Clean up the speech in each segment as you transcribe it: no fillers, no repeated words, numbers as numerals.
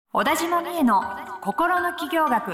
小田島美恵の心の起業学。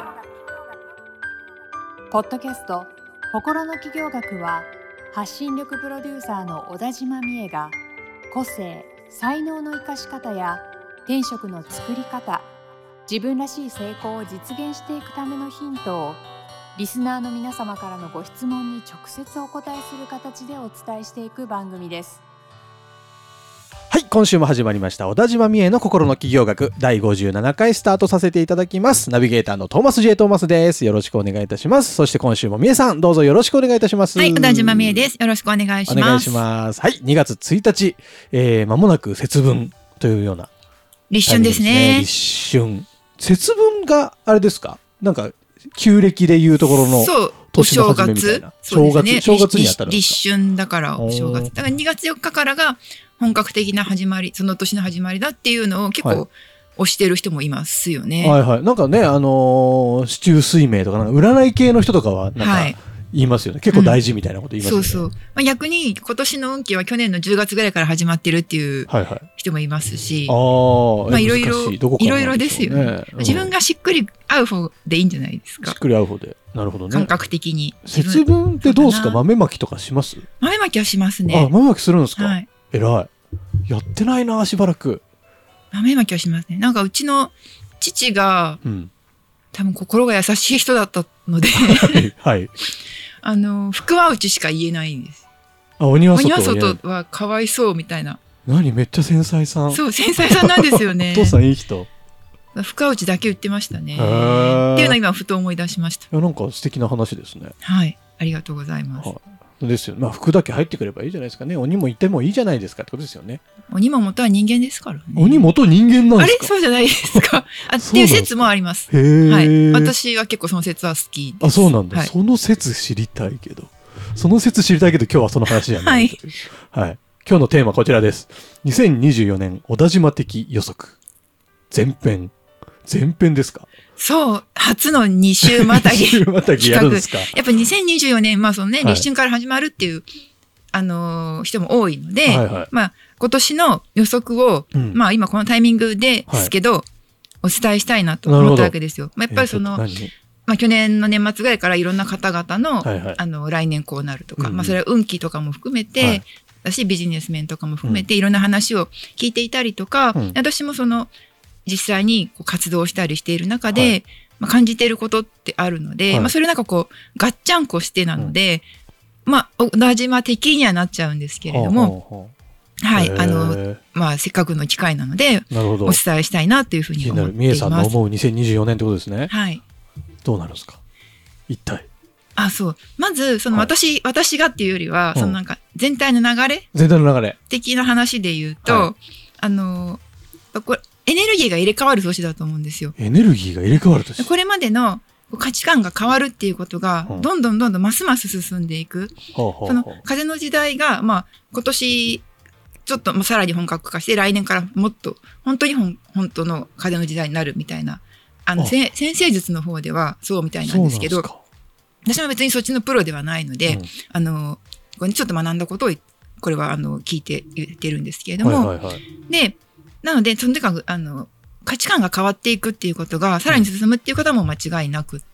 ポッドキャスト心の起業学は、発信力プロデューサーの小田島美恵が個性、才能の生かし方や転職の作り方、自分らしい成功を実現していくためのヒントをリスナーの皆様からのご質問に直接お答えする形でお伝えしていく番組です。 はい、今週も始まりました小田島美恵の心の起業学第57回スタートさせていただきます。ナビゲーターのトーマス J トーマスです。よろしくお願いいたします。そして今週も美恵さん、どうぞよろしくお願いいたします。 はい、小田島美恵です。よろしくお願いします。 お願いします。はい、2月1日、間もなく節分というような立春ですね。 立春。節分があれですか、なんか旧暦でいうところの年の初めみたいな。 正月に当たるんですか。 立春だからお正月。だから2月4日からが本格的な始まり、その年の始まりだっていうのを結構推してる人もいますよね。 はいはい。なんかね、四柱推命とか、なんか占い系の人とかはなんか言いますよね。結構大事みたいなこと言いますよね。 そうそう。逆に今年の運気は去年の10月ぐらいから始まってるっていう人もいますし、いろいろですよね。自分がしっくり合う方でいいんじゃないですか。 しっくり合う方で。なるほどね。 感覚的に。 節分ってどうですか？豆まきとかします？ 豆まきはしますね。 豆まきするんですか？ はい。 偉い。やってないな、しばらく。 豆まきはしますね。なんかうちの父が、多分心が優しい人だったのではい。 福は内しか言えないんです。 鬼は外はかわいそうみたいな。 何、めっちゃ繊細さん。 そう、繊細さんなんですよね。 お父さんいい人。 福は内だけ言ってましたね。っていうのを今ふと思い出しました。 いや、なんか素敵な話ですね。 はい、ありがとうございます。 ですよ。まあ服だけ入ってくればいいじゃないですかね。鬼もいてもいいじゃないですかってことですよね。 鬼も元は人間ですからね。 鬼元人間なんですか？ あれ、そうじゃないですか。っていう説もあります。 へー。 はい。私は結構その説は好きです。 あ、そうなんだ。 はい、 その説知りたいけど今日はその話じゃない。はい。今日のテーマはこちらです。2024年小田島的予測。前編ですか？そう、 初の2週またぎ。 2週またぎやるんですか？ やっぱ2024年、まあそのね、立春から始まるっていう、人も多いので、まあ今年の予測を、まあ今このタイミングですけど、お伝えしたいなと思ったわけですよ。まあ、やっぱりまあ去年の年末ぐらいからいろんな方々の、来年こうなるとか、まあそれは運気とかも含めて、だしビジネス面とかも含めていろんな話を聞いていたりとか、私も実際に活動したりしている中で、まあ、感じていることってあるので、まあ、それなんかガッチャンコしてなので、まあ小田島的にはなっちゃうんですけれども、はい、まあせっかくの機会なのでお伝えしたいなというふうに思っています。 美恵さんの思う2024年ってことですね。 はい。 どうなるんですか？一体。 そう。まず私がっていうよりは、なんか全体の流れ的な話で言うと、これエネルギーが入れ替わる年だと思うんですよ。 エネルギーが入れ替わる年。 これまでの価値観が変わるっていうことが、どんどんますます進んでいく。その風の時代が、まあ、今年、ちょっとさらに本格化して、来年からもっと、本当に本当の風の時代になるみたいな、先生術の方ではそうみたいなんですけど、私も別にそっちのプロではないので、これちょっと学んだことを、これは聞いて言ってるんですけれども、で、なので、とにかく、価値観が変わっていくっていうことが、さらに進むっていう方も間違いなくって、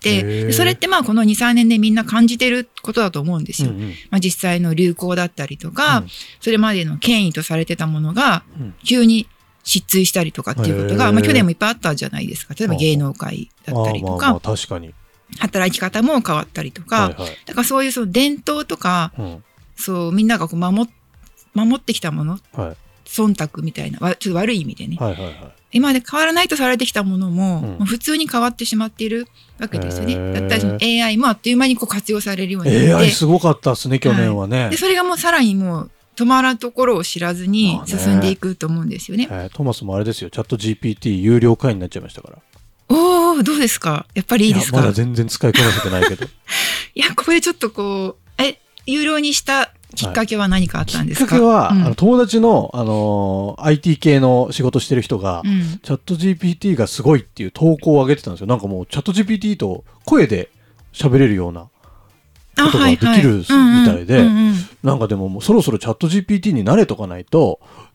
それってまあ、この2、3年でみんな感じてることだと思うんですよ。まあ、実際の流行だったりとか、それまでの権威とされてたものが、急に失墜したりとかっていうことが、まあ、去年もいっぱいあったじゃないですか。例えば芸能界だったりとか、 確かに。 働き方も変わったりとか、だからそういう伝統とか、みんなが守ってきたもの、忖度みたいな、ちょっと悪い意味でね。今まで変わらないとされてきたものも、普通に変わってしまっているわけですよね。だったりAI もあっという間に活用されるようになって。 AI すごかったですね、去年はね。 で、それがもうさらにもう止まらんところを知らずに進んでいくと思うんですよね。 トーマスもあれですよ、チャット GPT 有料会員になっちゃいましたから。 おー、どうですか？やっぱりいいですか？ まだ全然使いこなせてないけど。 いや、ここでちょっと有料にしたきっかけは何かあったんですか？ きっかけは、友達の、IT 系の仕事してる人が、チャット GPT がすごいっていう投稿を上げてたんですよ。なんかもうチャット GPT と声で喋れるようなことができるみたいで、なんかでももうそろそろチャット GPT に慣れとかないと、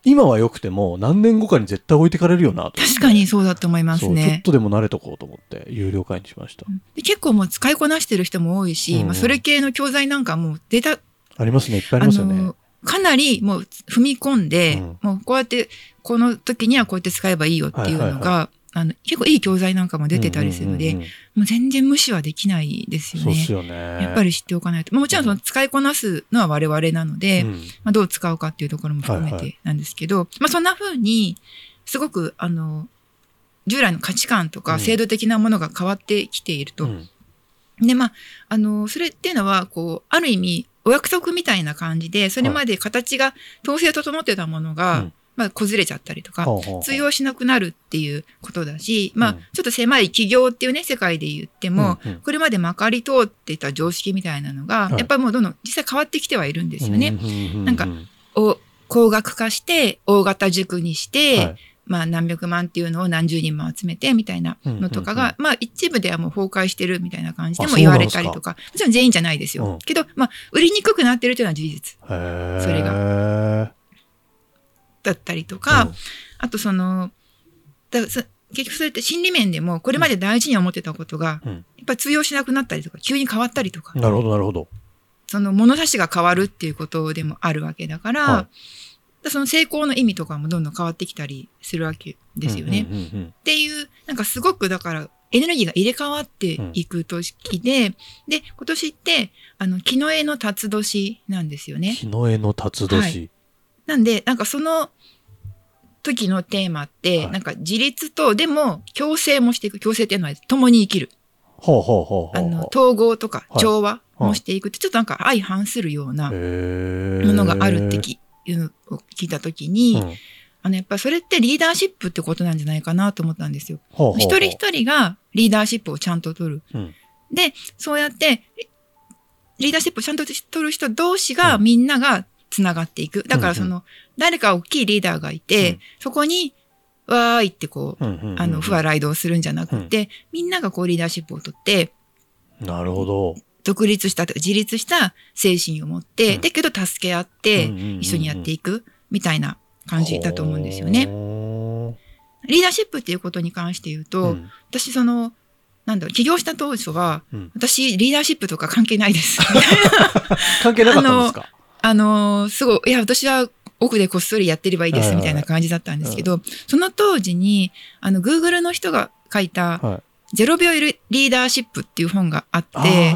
今は良くても何年後かに絶対置いてかれるよなと。 確かにそうだと思いますね。 ちょっとでも慣れとこうと思って有料会にしました。 で結構もう使いこなしてる人も多いし、それ系の教材なんかもうデータありますね、いっぱいありますよね。 かなりもう踏み込んで、もうこうやってこの時にはこうやって使えばいいよっていうのが、結構いい教材なんかも出てたりするので、もう全然無視はできないですよね。 そうですよね。 やっぱり知っておかないと。もちろんその使いこなすのは我々なので、どう使うかっていうところも含めてなんですけど、そんな風に、すごく、従来の価値観とか制度的なものが変わってきていると。で、それっていうのは、こう、ある意味、お約束みたいな感じで、それまで形が統制整ってたものが、崩れちゃったりとか、通用しなくなるっていうことだし、ちょっと狭い企業っていうね、世界で言っても、これまでまかり通っていた常識みたいなのが、やっぱりもうどんどん実際変わってきてはいるんですよね。なんか、高額化して、大型塾にして、何百万っていうのを何十人も集めてみたいなのとかが、一部ではもう崩壊してるみたいな感じでも言われたりとか、もちろん全員じゃないですよ。けど、売りにくくなってるというのは事実。それが。だったりとか、あと結局それって心理面でもこれまで大事に思ってたことが、やっぱり通用しなくなったりとか、急に変わったりとか。 なるほど、なるほど。 その物差しが変わるっていうことでもあるわけだから、その成功の意味とかもどんどん変わってきたりするわけですよね。っていう、なんかすごくだからエネルギーが入れ替わっていく年で、で、今年って、木の絵の辰年なんですよね。 木の絵の辰年。 なんで、なんかその時のテーマって、なんか自立と、でも共生もしていく。共生っていうのは共に生きる。統合とか調和もしていくって、ちょっとなんか相反するようなものがあるっていうのを聞いた時に、やっぱりそれってリーダーシップってことなんじゃないかなと思ったんですよ。一人一人がリーダーシップをちゃんと取る。で、そうやって、リーダーシップをちゃんと取る人同士がみんながつながっていく。だから誰か大きいリーダーがいて、そこに、わーいってこう、不和雷道するんじゃなくて、みんながこうリーダーシップを取って、 なるほど。 独立した、自立した精神を持って、だけど助け合って、一緒にやっていく、みたいな感じだと思うんですよね。リーダーシップっていうことに関して言うと、私起業した当初は、私リーダーシップとか関係ないです。 関係なかったんですか？ すごい、いや、私は奥でこっそりやってればいいです、みたいな感じだったんですけど、その当時に、Google の人が書いた、0秒リーダーシップっていう本があって、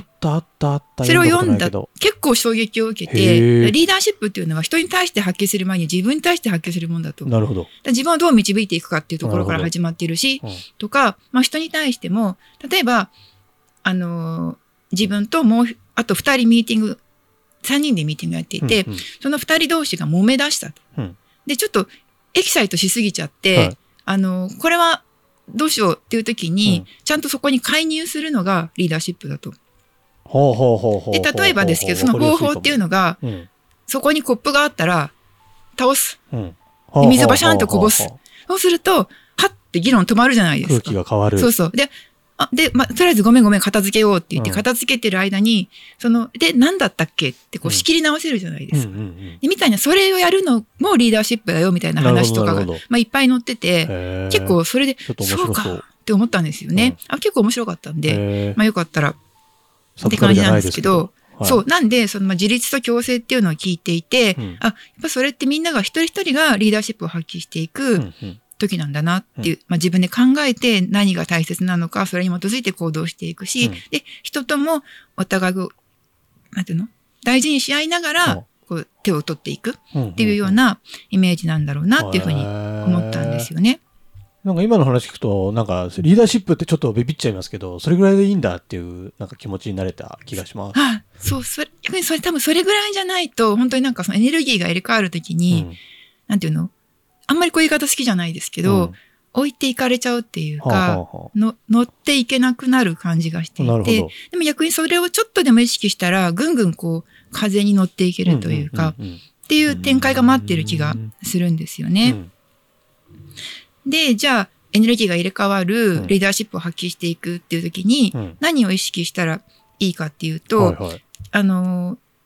あった。 それを読んだ、結構衝撃を受けて、リーダーシップっていうのは人に対して発揮する前に自分に対して発揮するもんだと。 なるほど。 自分をどう導いていくかっていうところから始まっているし、とか、人に対しても、例えば、自分とあと2人ミーティング、3人でミーティングやっていて、その2人同士が揉め出したと。で、ちょっとエキサイトしすぎちゃって、これはどうしようっていう時に、ちゃんとそこに介入するのがリーダーシップだと。で、例えばですけど、その方法っていうのが、そこにコップがあったら、倒す。で水バシャンとこぼす。そうすると、はって議論止まるじゃないですか。 空気が変わる。 そうそう。で、とりあえずごめん片付けようって言って片付けてる間に、何だったっけってこう仕切り直せるじゃないですか。でみたいな、それをやるのもリーダーシップだよみたいな話とかが、いっぱい載ってて、結構それで、そうかって思ったんですよね。結構面白かったんで、よかったら、って感じなんですけど、そう。なんで、自立と共生っていうのを聞いていて、やっぱそれってみんなが一人一人がリーダーシップを発揮していく、時なんだなっていう、自分で考えて何が大切なのか、それに基づいて行動していくし、で、人ともお互いを、大事にし合いながら、こう、手を取っていくっていうようなイメージなんだろうなっていうふうに思ったんですよね。 なんか今の話聞くと、なんかリーダーシップってちょっとビビっちゃいますけど、それぐらいでいいんだっていうなんか気持ちになれた気がします。 そう、逆に多分それぐらいじゃないと、本当になんかそのエネルギーが入れ替わるときに、なんていうの？あんまりこういう言い方好きじゃないですけど、置いていかれちゃうっていうか、乗っていけなくなる感じがしていて、でも逆にそれをちょっとでも意識したら、ぐんぐんこう、風に乗っていけるというか、っていう展開が待ってる気がするんですよね。で、じゃあ、エネルギーが入れ替わるリーダーシップを発揮していくっていう時に、何を意識したらいいかっていうと、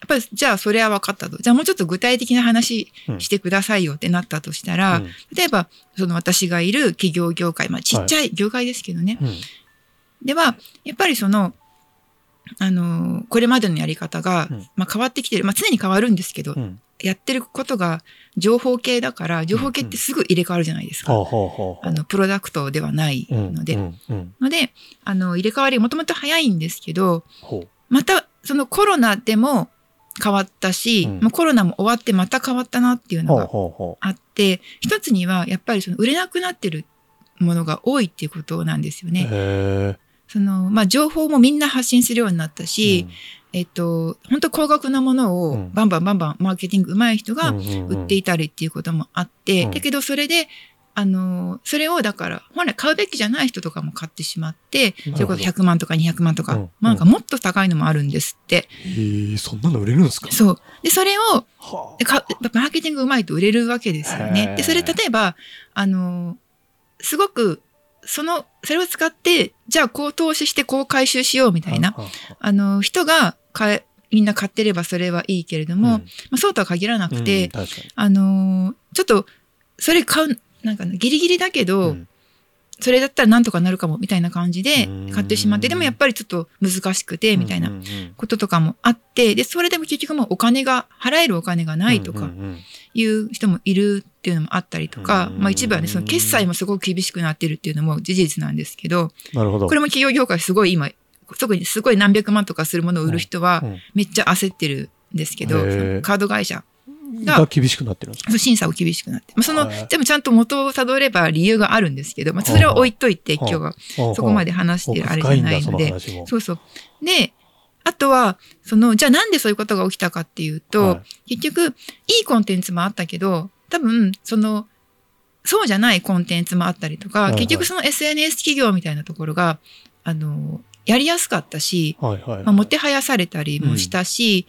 ぱりじゃあそれは分かったと。じゃあもうちょっと具体的な話してくださいよってなったとしたら、例えばその私がいる企業業界、ちっちゃい業界ですけどね。では、やっぱりその、これまでのやり方が、変わってきてる。常に変わるんですけど、やってることが情報系だから、情報系ってすぐ入れ替わるじゃないですか。プロダクトではないので。入れ替わりもともと早いんですけど、またそのコロナでも変わったし、もうコロナも終わってまた変わったなっていうのがあって、一つにはやっぱりその売れなくなってるものが多いっていうことなんですよね。その、情報もみんな発信するようになったし、本当高額なものをバンバンマーケティング上手い人が売っていたりっていうこともあって、だけどそれで、それをだから、本来買うべきじゃない人とかも買ってしまって、それこそ100万とか200万とか、なんかもっと高いのもあるんですって。 そんなの売れるんですか？ そう。で、それを、マーケティング上手いと売れるわけですよね。で、それ例えば、すごく、それを使って、じゃあこう投資してこう回収しようみたいな、人がみんな買ってればそれはいいけれども、そうとは限らなくて、ちょっと、それ買う、なんかギリギリだけど、それだったらなんとかなるかもみたいな感じで買ってしまって、でもやっぱりちょっと難しくてみたいなこととかもあって、で、それでも結局もう払えるお金がないとかいう人もいるっていうのもあったりとか、一部はね、その決済もすごく厳しくなってるっていうのも事実なんですけど、 なるほど。 これも企業業界すごい今、特にすごい何百万とかするものを売る人はめっちゃ焦ってるんですけど、カード会社が厳しくなってるんですか？ 審査を厳しくなって。でもちゃんと元を辿れば理由があるんですけど、それは置いといて今日はそこまで話してるあれじゃないので。そうそう。で、あとは、じゃあなんでそういうことが起きたかっていうと、結局、いいコンテンツもあったけど、多分、そうじゃないコンテンツもあったりとか、結局その SNS 企業みたいなところが、やりやすかったし、もてはやされたりもしたし、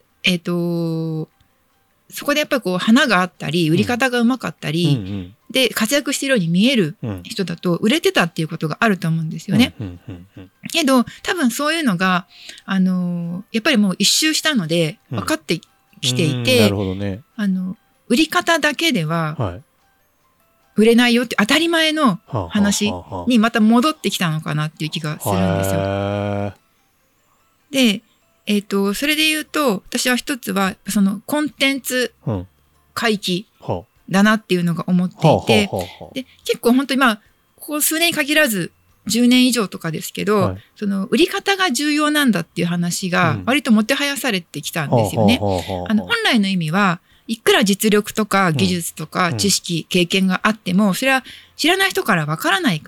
そこでやっぱり花があったり、売り方がうまかったり、で、活躍しているように見える人だと売れてたっていうことがあると思うんですよね。けど、多分そういうのが、やっぱりもう一周したので分かってきていて、 なるほどね。 売り方だけでは、売れないよって当たり前の話にまた戻ってきたのかなっていう気がするんですよ。で、それで言うと、私は一つは、コンテンツ回帰だなっていうのが思っていて、で、結構本当にここ数年に限らず、10年以上とかですけど、売り方が重要なんだっていう話が、割ともてはやされてきたんですよね。本来の意味は、いくら実力とか技術とか知識、経験があっても、それは知らない人からわからないから、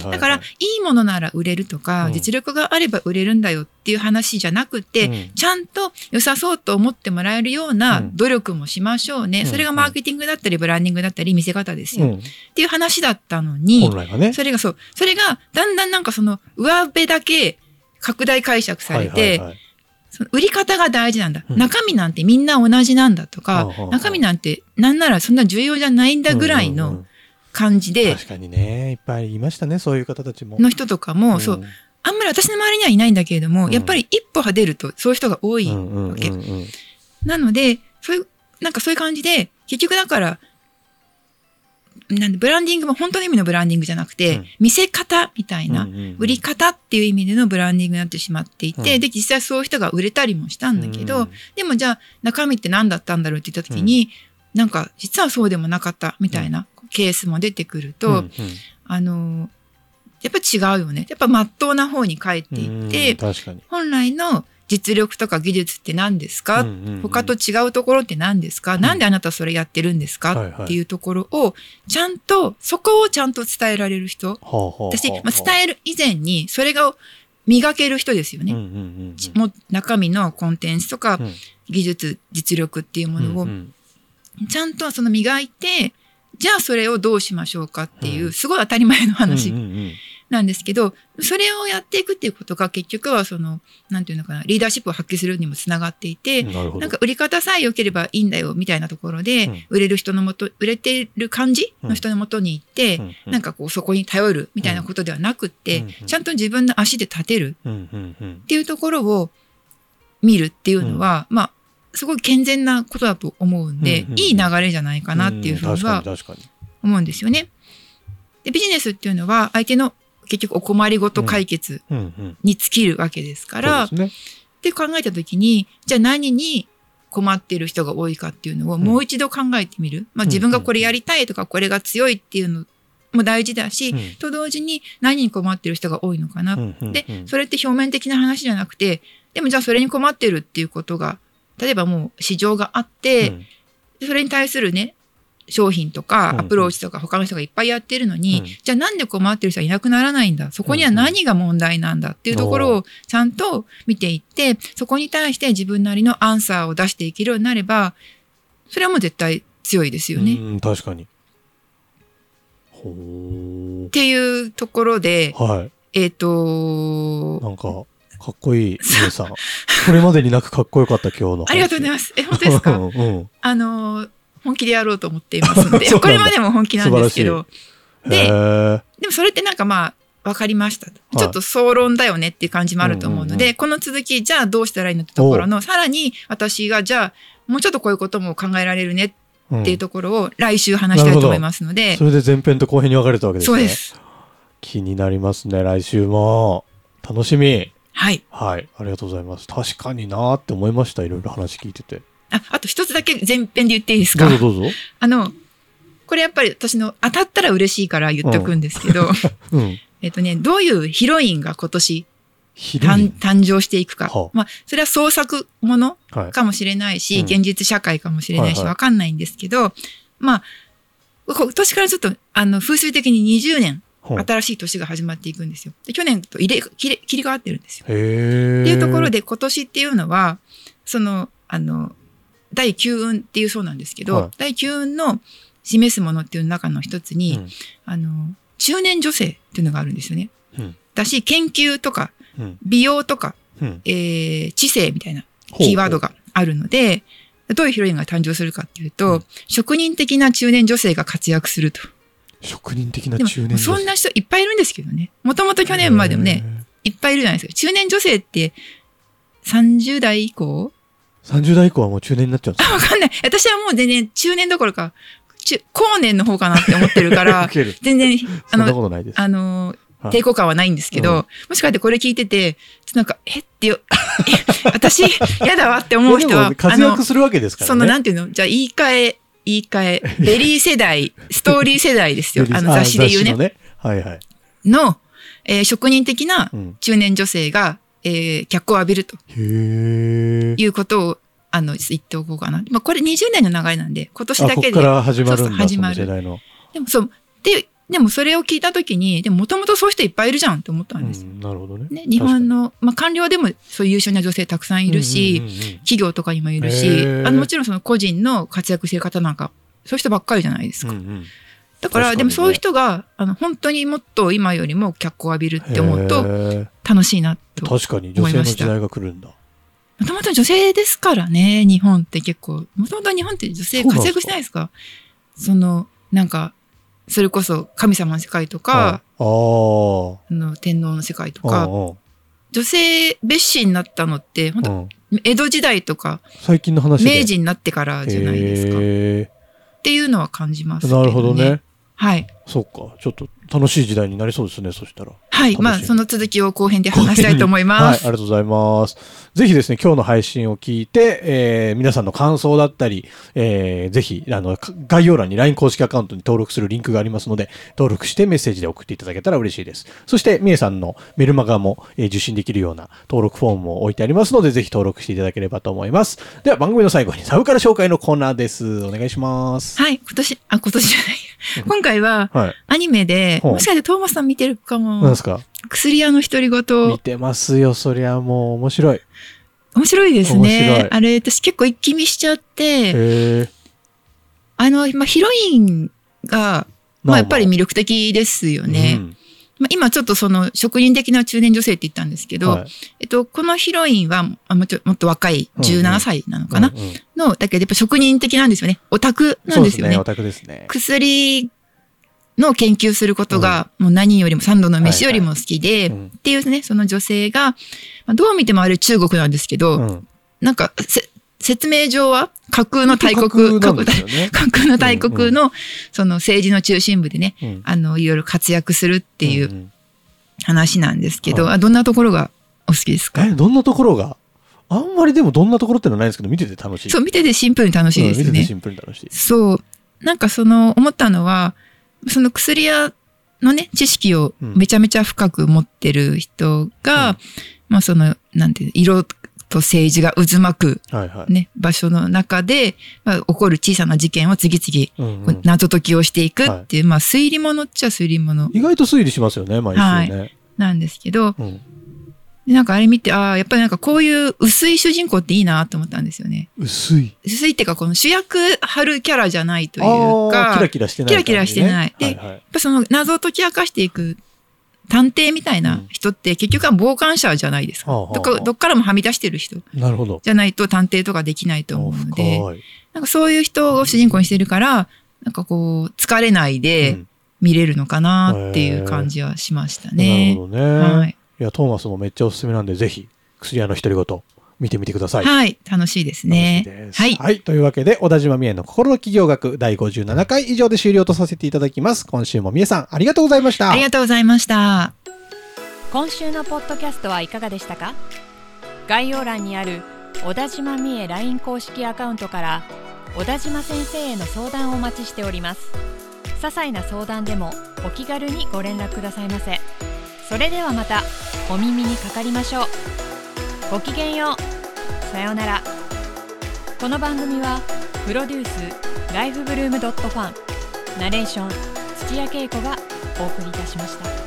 だからいいものなら売れるとか、実力があれば売れるんだよっていう話じゃなくて、ちゃんと良さそうと思ってもらえるような努力もしましょうね。それがマーケティングだったり、ブランディングだったり、見せ方ですよ。っていう話だったのに、それがだんだん上辺だけ拡大解釈されて、売り方が大事なんだ。中身なんてみんな同じなんだとか、中身なんてなんならそんな重要じゃないんだぐらいの感じで。 確かにね、いっぱいいましたね、そういう方たちも。 の人とかも、あんまり私の周りにはいないんだけれども、やっぱり一歩出るとそういう人が多いわけ。なので、そういう感じで、結局だから、ブランディングも本当の意味のブランディングじゃなくて、見せ方みたいな、売り方っていう意味でのブランディングになってしまっていて、で、実際そういう人が売れたりもしたんだけど、でもじゃあ中身って何だったんだろうって言った時に、実はそうでもなかったみたいなケースも出てくると、やっぱ違うよね。やっぱ真っ当な方に帰っていって、本来の実力とか技術って何ですか、他と違うところって何ですか、なんであなたそれやってるんですか、っていうところを、そこをちゃんと伝えられる人。私、伝える以前に、それが磨ける人ですよね。もう中身のコンテンツとか、技術、実力っていうものを、ちゃんと磨いて、じゃあそれをどうしましょうかっていう、すごい当たり前の話。なんですけど、それをやっていくっていうことが結局はなんていうのかな、リーダーシップを発揮するにもつながっていて、売り方さえ良ければいいんだよみたいなところで、売れている感じの人のもとに行って、そこに頼るみたいなことではなくって、ちゃんと自分の足で立てるっていうところを見るっていうのは、 すごい健全なことだと思うんで、いい流れじゃないかなっていうふうには思うんですよね。で、ビジネスっていうのは相手の結局お困りごと解決に尽きるわけですから、って考えたときに、じゃあ何に困っている人が多いかっていうのをもう一度考えてみる。まあ自分がこれやりたいとかこれが強いっていうのも大事だし、と同時に何に困っている人が多いのかな。で、それって表面的な話じゃなくて、でもじゃあそれに困ってるっていうことが、例えばもう市場があって、それに対するね、商品とかアプローチとか他の人がいっぱいやってるのに、じゃあなんで困ってる人はいなくならないんだ、そこには何が問題なんだっていうところをちゃんと見ていって、そこに対して自分なりのアンサーを出していけるようになれば、それはもう絶対強いですよね。 確かに。 っていうところで、 なんかかっこいい皆さん。これまでになくかっこよかった今日の話。 ありがとうございます。本当ですか？本気でやろうと思っていますので、これまでも本気なんですけど。でもそれってなんかまあ、わかりましたと。ちょっと総論だよねっていう感じもあると思うので、この続き、じゃあどうしたらいいのってところの、さらに私がじゃあ、もうちょっとこういうことも考えられるねっていうところを来週話したいと思いますので。 それで前編と後編に分かれたわけですね。 そうです。 気になりますね、来週も。楽しみ。 はい。 はい。ありがとうございます。確かになーって思いました。いろいろ話聞いてて。 あと一つだけ前編で言っていいですか？ どうぞどうぞ。 これやっぱり私の当たったら嬉しいから言っとくんですけど、どういうヒロインが今年誕生していくか。まあ、それは創作ものかもしれないし、現実社会かもしれないし、わかんないんですけど、まあ、今年からちょっと、風水的に20年、新しい年が始まっていくんですよ。で去年と切り替わってるんですよ。っていうところで今年っていうのは、第9運っていうそうなんですけど、第9運の示すものっていう中の一つに、中年女性っていうのがあるんですよね。だし、研究とか、美容とか、知性みたいなキーワードがあるので、どういうヒロインが誕生するかっていうと、職人的な中年女性が活躍すると。 職人的な中年女性。 そんな人いっぱいいるんですけどね。もともと去年までもね、いっぱいいるじゃないですか。中年女性って30代以降 ？30代以降はもう中年になっちゃうんですか？ わかんない。私はもう全然中年どころか、後年の方かなって思ってるから、全然、 そんなことないです。 抵抗感はないんですけど、もしかしてこれ聞いてて、なんか、私、嫌だわって思う人は、 活躍するわけですからね。 なんていうの？じゃあ言い換え、ベリー世代、ストーリー世代ですよ。雑誌で言うね。 はいはい。 の、職人的な中年女性が、脚光を浴びると。いうことを、言っておこうかな。まあ、これ20年の流れなんで、今年だけで。 ここから始まるんだ、始まる。その世代の。 でもそう、でもそれを聞いたときに、でももともとそういう人いっぱいいるじゃんって思ったんです。 なるほどね。 日本の、まあ、官僚でもそういう優秀な女性たくさんいるし、企業とかにもいるし、もちろんその個人の活躍してる方なんか、そういう人ばっかりじゃないですか。だから、でもそういう人が、本当にもっと今よりも脚光を浴びるって思うと、楽しいなと思いました。 確かに、女性の時代が来るんだ。 もともと女性ですからね、日本って結構。もともと日本って女性活躍してないですか？なんか、それこそ神様の世界とか、天皇の世界とか、女性蔑視になったのって、本当江戸時代とか、 最近の話明治になってからじゃないですか。っていうのは感じますけどね。 なるほどね。 はい。 そうか。ちょっと楽しい時代になりそうですね、そしたら。 はい。まあ、その続きを後編で話したいと思います。 はい。ありがとうございます。ぜひですね、今日の配信を聞いて、皆さんの感想だったり、ぜひ、概要欄に LINE 公式アカウントに登録するリンクがありますので、登録してメッセージで送っていただけたら嬉しいです。そして、みえさんのメルマガも、受信できるような登録フォームも置いてありますので、ぜひ登録していただければと思います。では、番組の最後にサブカル紹介のコーナーです。お願いします。 はい。今年じゃない。今回は、アニメで、もしかしてトーマスさん見てるかも。 何ですか？ 薬屋の独り言。 見てますよ、そりゃもう面白い。 面白いですね。あれ、私結構一気見しちゃって、まあ、ヒロインが、まあ、やっぱり魅力的ですよね。まあ、今ちょっとその職人的な中年女性って言ったんですけど、このヒロインはもっと若い17歳なのかな、だけどやっぱ職人的なんですよね。オタクなんですよね。 オタクですね。 薬の研究することが、もう何よりも三度の飯よりも好きで、っていうね、その女性が、どう見てもあれ中国なんですけど、なんか、 説明上は架空の大国、架空の大国のその政治の中心部でね、いろいろ活躍するっていう話なんですけど、どんなところがお好きですか？ どんなところが？あんまりでもどんなところってのはないんですけど、見てて楽しい。 そう、見ててシンプルに楽しいですね。 見ててシンプルに楽しい。 そう。なんか思ったのは、その薬屋のね、知識をめちゃめちゃ深く持ってる人が、まあなんていう、色と政治が渦巻く、ね、場所の中で、まあ、起こる小さな事件を次々、謎解きをしていくっていう、まあ推理物っちゃ推理物。 意外と推理しますよね、毎週ね。 なんですけど、なんかあれ見て、やっぱりなんかこういう薄い主人公っていいなと思ったんですよね。 薄いっていうか、この主役張るキャラじゃないというか、 キラキラしてない、 キラキラしてない。で、やっぱその謎を解き明かしていく探偵みたいな人って結局は傍観者じゃないですか。どっからもはみ出してる人じゃないと探偵とかできないと思うので、なんかそういう人を主人公にしてるから、なんかこう疲れないで見れるのかなっていう感じはしましたね。 なるほどね。いや、トーマスもめっちゃおすすめなんで、ぜひ、薬屋の独り言、見てみてください。 はい。楽しいですね。 はい。はい。というわけで、小田島美恵の心の企業学第57回以上で終了とさせていただきます。今週も美恵さん、ありがとうございました。 ありがとうございました。 今週のポッドキャストはいかがでしたか？概要欄にある小田島美恵 LINE 公式アカウントから、小田島先生への相談をお待ちしております。些細な相談でもお気軽にご連絡くださいませ。それではまたお耳にかかりましょう。ごきげんよう。さようなら。この番組はプロデュースライフブルームドットファン、ナレーション土屋恵子がお送りいたしました。